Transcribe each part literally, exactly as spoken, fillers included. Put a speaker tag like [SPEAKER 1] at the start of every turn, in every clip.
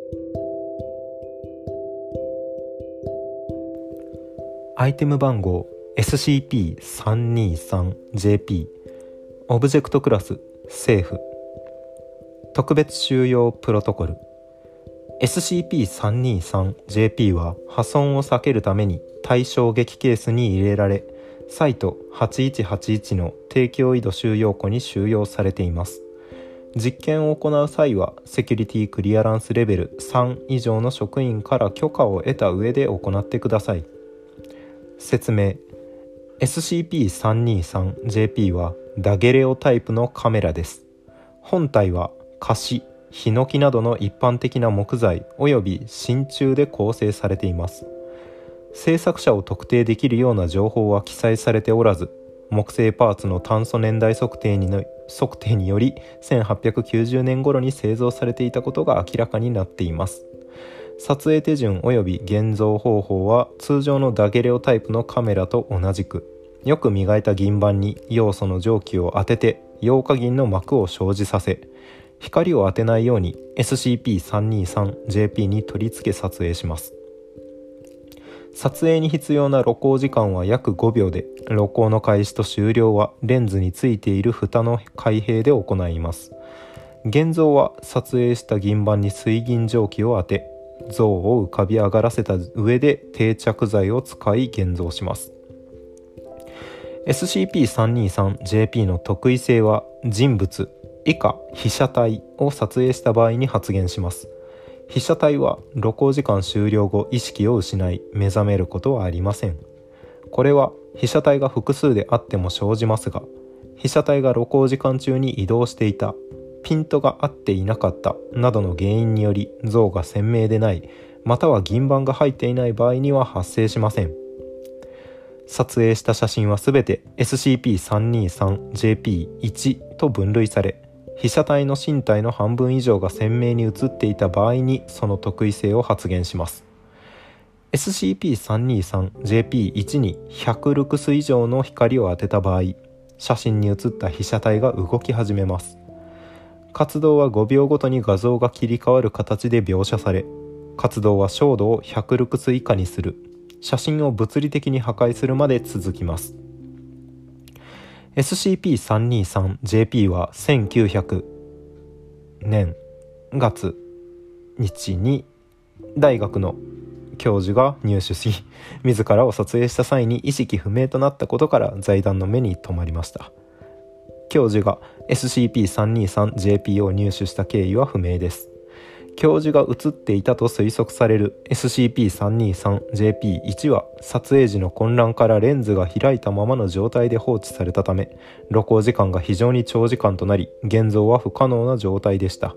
[SPEAKER 1] アイテム番号 エスシーピーさんにーさんジェーピー オブジェクトクラス政府特別収容プロトコル エスシーピーさんにーさんジェーピー は破損を避けるために対衝撃ケースに入れられ、サイトはちいちはちいちの提供井戸収容庫に収容されています。実験を行う際はセキュリティクリアランスレベルさん以上の職員から許可を得た上で行ってください。説明。 エスシーピーさんにーさんジェーピー はダゲレオタイプのカメラです。本体はカシ、ヒノキなどの一般的な木材および真鍮で構成されています。制作者を特定できるような情報は記載されておらず、木製パーツの炭素年代測定にの測定によりせんはっぴゃくきゅうじゅうねん頃に製造されていたことが明らかになっています。撮影手順および現像方法は通常のダゲレオタイプのカメラと同じく、よく磨いた銀板に要素の蒸気を当ててヨウ化銀の膜を生じさせ、光を当てないように エスシーピーさんにーさんジェーピー に取り付け撮影します。撮影に必要な露光時間は約ごびょうで、露光の開始と終了はレンズについている蓋の開閉で行います。現像は撮影した銀板に水銀蒸気を当て、像を浮かび上がらせた上で定着剤を使い現像します。エスシーピーさんにーさんジェーピー の特異性は人物以下被写体を撮影した場合に発現します。被写体は露光時間終了後意識を失い目覚めることはありません。これは被写体が複数であっても生じますが、被写体が露光時間中に移動していた、ピントが合っていなかったなどの原因により像が鮮明でない、または銀板が入っていない場合には発生しません。撮影した写真はすべて エスシーピーさんにーさんジェーピーいち と分類され、被写体の身体の半分以上が鮮明に写っていた場合にその特異性を発現します。 エスシーピーさんにーさんジェーピーいち にひゃくルクス以上の光を当てた場合、写真に写った被写体が動き始めます。活動はごびょうごとに画像が切り替わる形で描写され、活動は照度をひゃくルクス以下にする、写真を物理的に破壊するまで続きます。エスシーピーさんにーさんジェーピー はせんきゅうひゃくねんがつ日に大学の教授が入手し、自らを撮影した際に意識不明となったことから財団の目に留まりました。教授が エスシーピーさんにーさんジェーピー を入手した経緯は不明です。教授が写っていたと推測される エスシーピーさんにーさんジェーピーいち は撮影時の混乱からレンズが開いたままの状態で放置されたため、露光時間が非常に長時間となり現像は不可能な状態でした。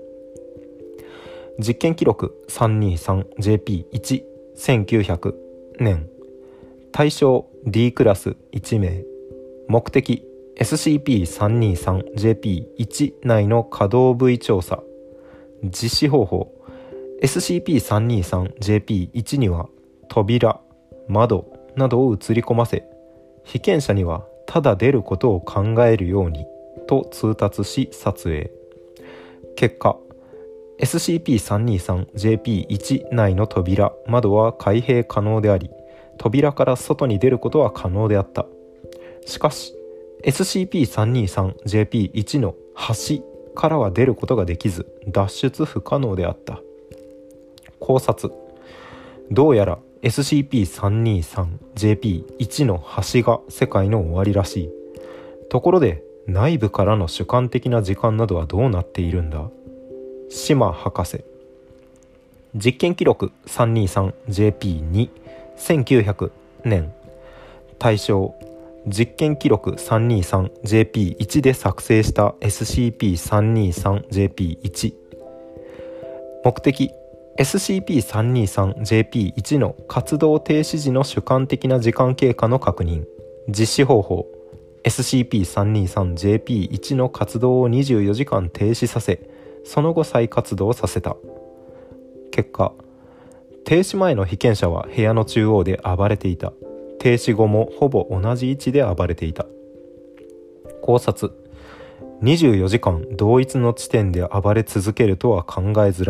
[SPEAKER 1] 実験記録 さんにーさんジェーピーいち せんきゅうひゃくねん、対象 D クラスいちめい、目的 エスシーピーさんにーさんジェーピーいち 内の稼働部位調査。実施方法 エスシーピーさんにーさんジェーピーいち には扉、窓などを映り込ませ、被験者にはただ出ることを考えるようにと通達し撮影。結果 エスシーピーさんにーさんジェーピーいち 内の扉、窓は開閉可能であり、扉から外に出ることは可能であった。しかし エスシーピーさんにーさんジェーピーいち の端からは出ることができず脱出不可能であった。考察。どうやら エスシーピーさんにーさんジェーピーいち の端が世界の終わりらしい。ところで内部からの主観的な時間などはどうなっているんだ。島博士。実験記録 さんにーさんジェーピーに せんきゅうひゃくねん、対象実験記録 さんにーさんジェーピーいち で作成した エスシーピーさんにーさんジェーピーいち。 目的 エスシーピーさんにーさんジェーピーいち の活動停止時の主観的な時間経過の確認。実施方法 エスシーピーさんにーさんジェーピーいち の活動をにじゅうよじかん停止させ、その後再活動させた。結果、停止前の被験者は部屋の中央で暴れていた。停止後もほぼ同じ位置で暴れていた。考察。にじゅうよじかん同一の地点で暴れ続けるとは考えづらい。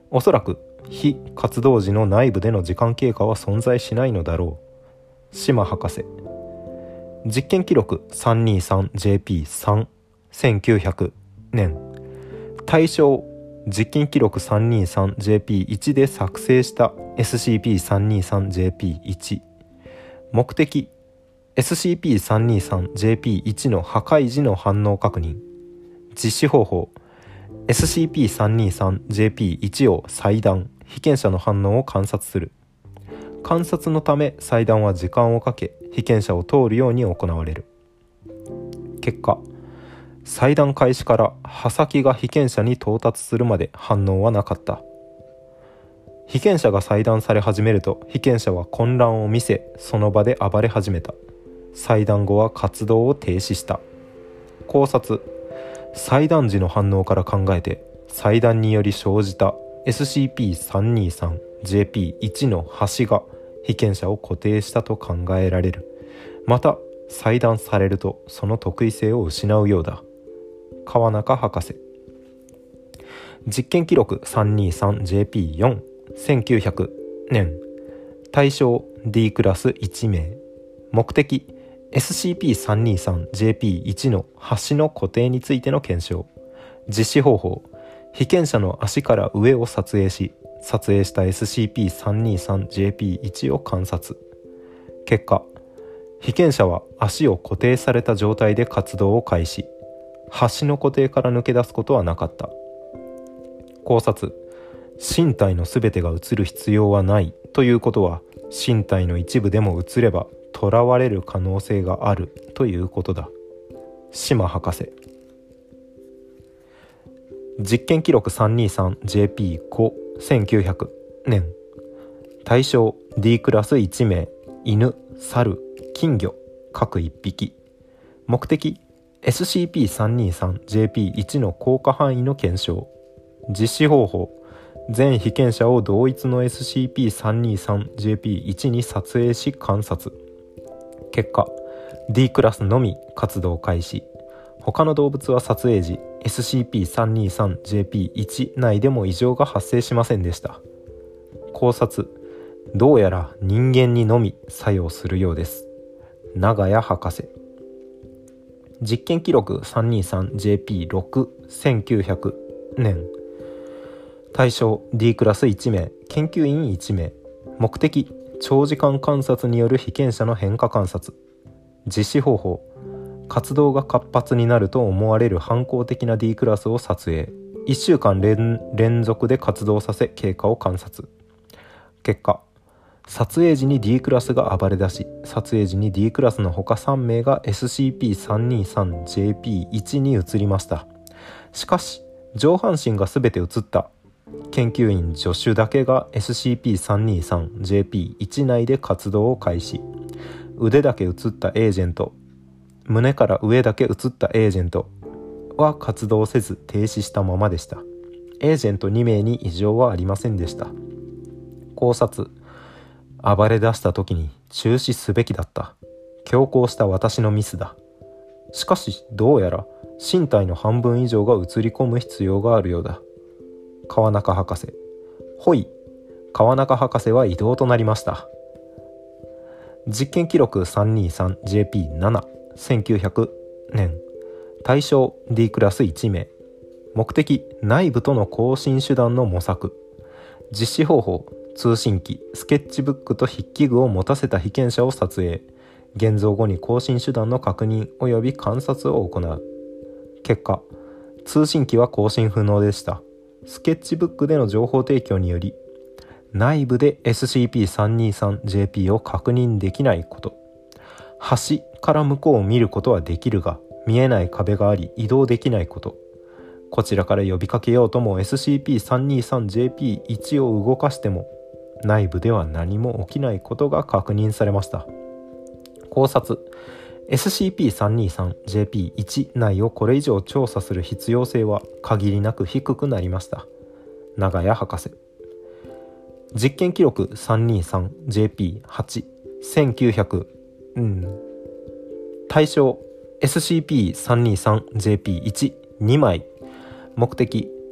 [SPEAKER 1] おそらく非活動時の内部での時間経過は存在しないのだろう。島博士。実験記録 さんにーさんジェーピーさん せんきゅうひゃくねん。対象実験記録 さんにーさんジェーピーいち で作成した エスシーピーさんにーさんジェーピーいち。目的 エスシーピーさんにーさんジェーピーいち の破壊時の反応確認。実施方法 エスシーピーさんにーさんジェーピーいち を裁断、被験者の反応を観察する。観察のため裁断は時間をかけ被験者を通るように行われる。結果、裁断開始から刃先が被験者に到達するまで反応はなかった。被験者が裁断され始めると被験者は混乱を見せ、その場で暴れ始めた。裁断後は活動を停止した。考察。裁断時の反応から考えて、裁断により生じた エスシーピーさんにーさんジェーピーいち の端が被験者を固定したと考えられる。また裁断されるとその特異性を失うようだ。川中博士。実験記録 さんにーさんジェーピーよん せんきゅうひゃくねん。対象 ディー クラスいち名。目的 エスシーピーさんにーさんジェーピーいち の端の固定についての検証。実施方法。被験者の足から上を撮影し、撮影した エスシーピーさんにーさんジェーピーいち を観察。結果、被験者は足を固定された状態で活動を開始。端の固定から抜け出すことはなかった。考察。身体のすべてが映る必要はないということは、身体の一部でも映れば囚われる可能性があるということだ。島博士。実験記録 さんにーさんジェーピーご せんきゅうひゃくねん。対象 ディー クラスいち名。犬、猿、金魚各いっぴき。目的 エスシーピーさんにーさんジェーピーいち の効果範囲の検証。実施方法。全被験者を同一の エスシーピーさんにーさんジェーピーいち に撮影し観察。結果 ディー クラスのみ活動開始。他の動物は撮影時 エスシーピーさんにーさんジェーピーいち 内でも異常が発生しませんでした。考察。どうやら人間にのみ作用するようです。長谷博士。実験記録 さんにーさんジェーピーろく せんきゅうひゃくねん。対象 ディー クラスいち名。研究員いち名。目的長時間観察による被験者の変化観察。実施方法。活動が活発になると思われる反抗的な ディー クラスを撮影。いっしゅうかん 連, 連続で活動させ経過を観察。結果、撮影時に ディー クラスが暴れ出し、撮影時に ディー クラスのほかさん名が エスシーピーさんにーさんジェーピーいち に移りました。しかし上半身がすべて移った研究員助手だけが エスシーピーさんにーさんジェーピーいち 内で活動を開始。腕だけ移ったエージェント、胸から上だけ移ったエージェントは活動せず停止したままでした。エージェントに名に異常はありませんでした。考察。暴れ出した時に中止すべきだった。強行した私のミスだ。しかしどうやら身体の半分以上が映り込む必要があるようだ。川中博士。ほい。川中博士は異動となりました。実験記録 さんにーさんジェーピーなな せんきゅうひゃくねん。対象 ディー クラスいち名。目的内部との交信手段の模索。実施方法。通信機、スケッチブックと筆記具を持たせた被験者を撮影。現像後に交信手段の確認及び観察を行う。結果、通信機は交信不能でした。スケッチブックでの情報提供により、内部で エスシーピーさんにーさんジェーピー を確認できないこと。端から向こうを見ることはできるが、見えない壁があり移動できないこと。こちらから呼びかけようとも エスシーピーさんにーさんジェーピーいち を動かしても、内部では何も起きないことが確認されました。考察。エスシーピーさんにーさんジェーピーいち 内をこれ以上調査する必要性は限りなく低くなりました。長谷博士。実験記録 さんにーさんジェーピーはち せんきゅうひゃく、うん、対象 エスシーピーさんにーさんジェーピーいち に枚。目的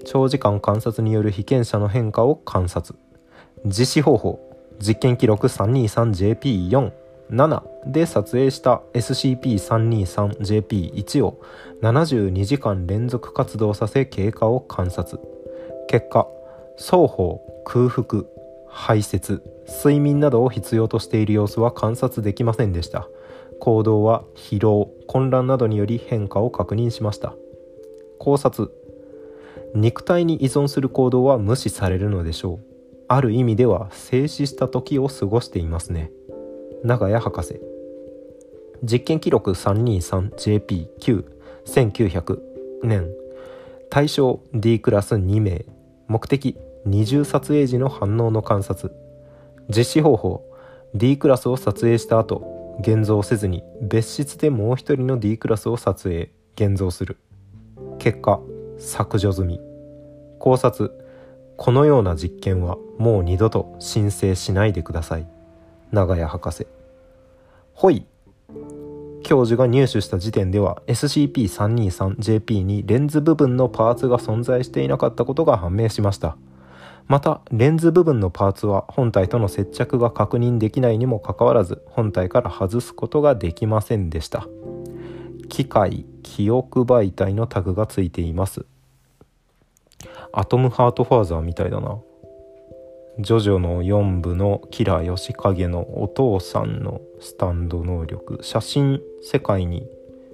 [SPEAKER 1] 長時間観察による被験者の変化を観察。実施方法、実験記録 さんにーさんジェーピーよん、なな で撮影した エスシーピーさんにーさんジェーピーいち をななじゅうにじかん連続活動させ経過を観察。結果、双方、空腹、排泄、睡眠などを必要としている様子は観察できませんでした。行動は疲労、混乱などにより変化を確認しました。考察、肉体に依存する行動は無視されるのでしょう。ある意味では静止した時を過ごしていますね。長谷博士。実験記録 さんにーさんジェーピーきゅう、せんきゅうひゃくねん。対象 D クラスにめい。目的、二重撮影時の反応の観察。実施方法、 D クラスを撮影した後、現像せずに別室でもう一人の D クラスを撮影現像する。結果、削除済み。考察、このような実験はもう二度と申請しないでください。長谷博士。ほい。教授が入手した時点では エスシーピーさんにーさんジェーピー にレンズ部分のパーツが存在していなかったことが判明しました。またレンズ部分のパーツは本体との接着が確認できないにもかかわらず、本体から外すことができませんでした。機械、記憶媒体のタグがついています。アトムハートファーザーみたいだな。ジョジョのよんぶのキラヨシカゲのお父さんのスタンド能力、写真世界に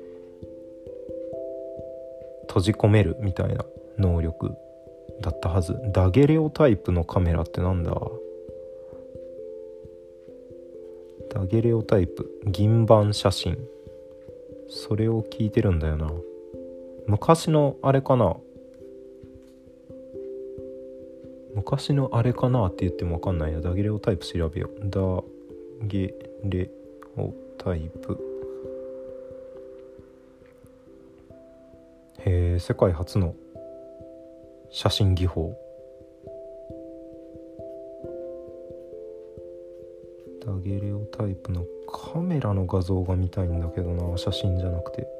[SPEAKER 1] 閉じ込めるみたいな能力だったはず。ダゲレオタイプのカメラってなんだ。ダゲレオタイプ、銀盤写真、それを聞いてるんだよな。昔のあれかな昔のあれかなって言っても分かんないや。ダゲレオタイプ調べよう。ダゲレオタイプ。へえ、世界初の写真技法。ダゲレオタイプのカメラの画像が見たいんだけどな、写真じゃなくて。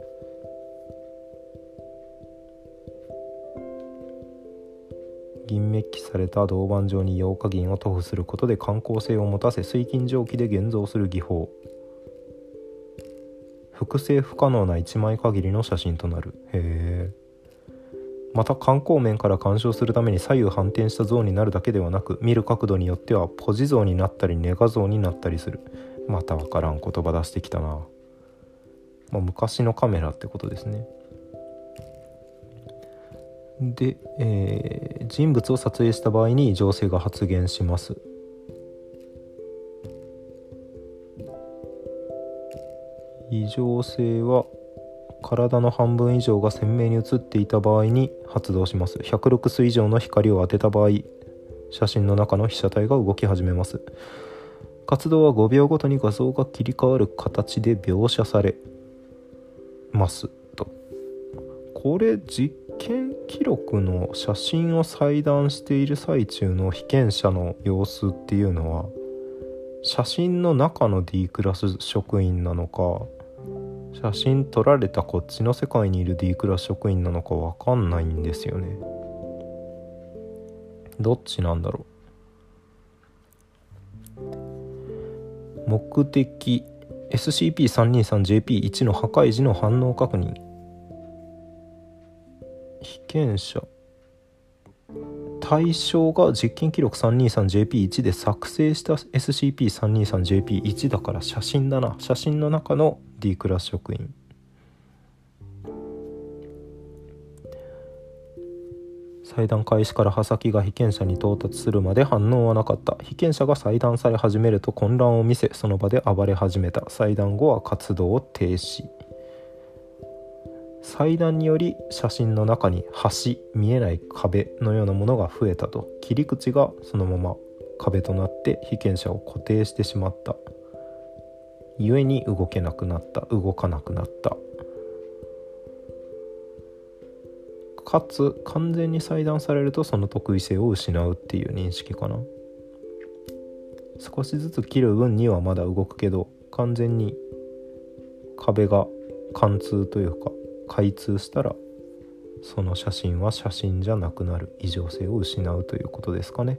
[SPEAKER 1] 銀メッキされた銅板状にヨウ化銀を塗布することで感光性を持たせ、水金蒸気で現像する技法。複製不可能ないちまい限りの写真となる。へえ。また観光面から鑑賞するために左右反転した像になるだけではなく、見る角度によってはポジ像になったりネガ像になったりする。またわからん言葉出してきたな。まあ、昔のカメラってことですね。で、えー、人物を撮影した場合に異常性が発現します。異常性は体の半分以上が鮮明に写っていた場合に発動します。ひゃくろくス以上の光を当てた場合、写真の中の被写体が動き始めます。活動はごびょうごとに画像が切り替わる形で描写されますと。これ実験記録の写真を裁断している最中の被験者の様子っていうのは、写真の中の D クラス職員なのか、写真撮られたこっちの世界にいる D クラス職員なのか分かんないんですよね。どっちなんだろう。目的 エスシーピーさんにーさんジェーピーいち の破壊時の反応確認。被験者対象が実験記録 さんにーさんジェーピーいち で作成した エスシーピーさんにーさんジェーピーいち だから写真だな。写真の中の D クラス職員。裁断開始から刃先が被験者に到達するまで反応はなかった。被験者が裁断され始めると混乱を見せ、その場で暴れ始めた。裁断後は活動を停止。裁断により写真の中に端、見えない壁のようなものが増えたと。切り口がそのまま壁となって被験者を固定してしまった。故に動けなくなった。動かなくなった。かつ完全に裁断されるとその特異性を失うっていう認識かな。少しずつ切る分にはまだ動くけど、完全に壁が貫通というか開通したらその写真は写真じゃなくなる、異常性を失うということですかね。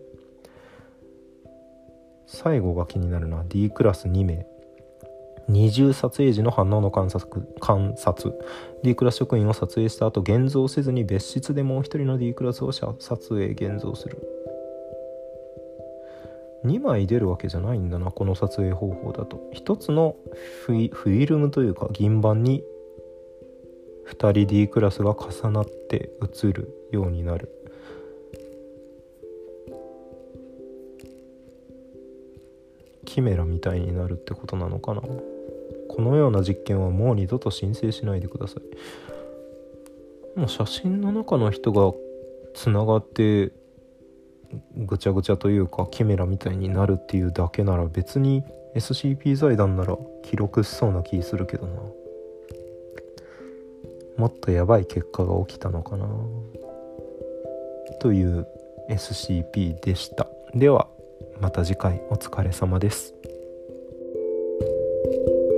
[SPEAKER 1] 最後が気になるのは D クラスにめい、二重撮影時の反応の観察観察 D クラス職員を撮影した後現像せずに別室でもう一人の D クラスを撮影現像する。にまい出るわけじゃないんだな、この撮影方法だと。一つのフィ、フィルムというか銀盤にふたり D クラスが重なって写るようになる。キメラみたいになるってことなのかな。このような実験はもう二度と申請しないでください。もう写真の中の人がつながってぐちゃぐちゃというかキメラみたいになるっていうだけなら別に エスシーピー 財団なら記録しそうな気するけどな。もっとやばい結果が起きたのかなという エスシーピー でした。ではまた次回お疲れ様です。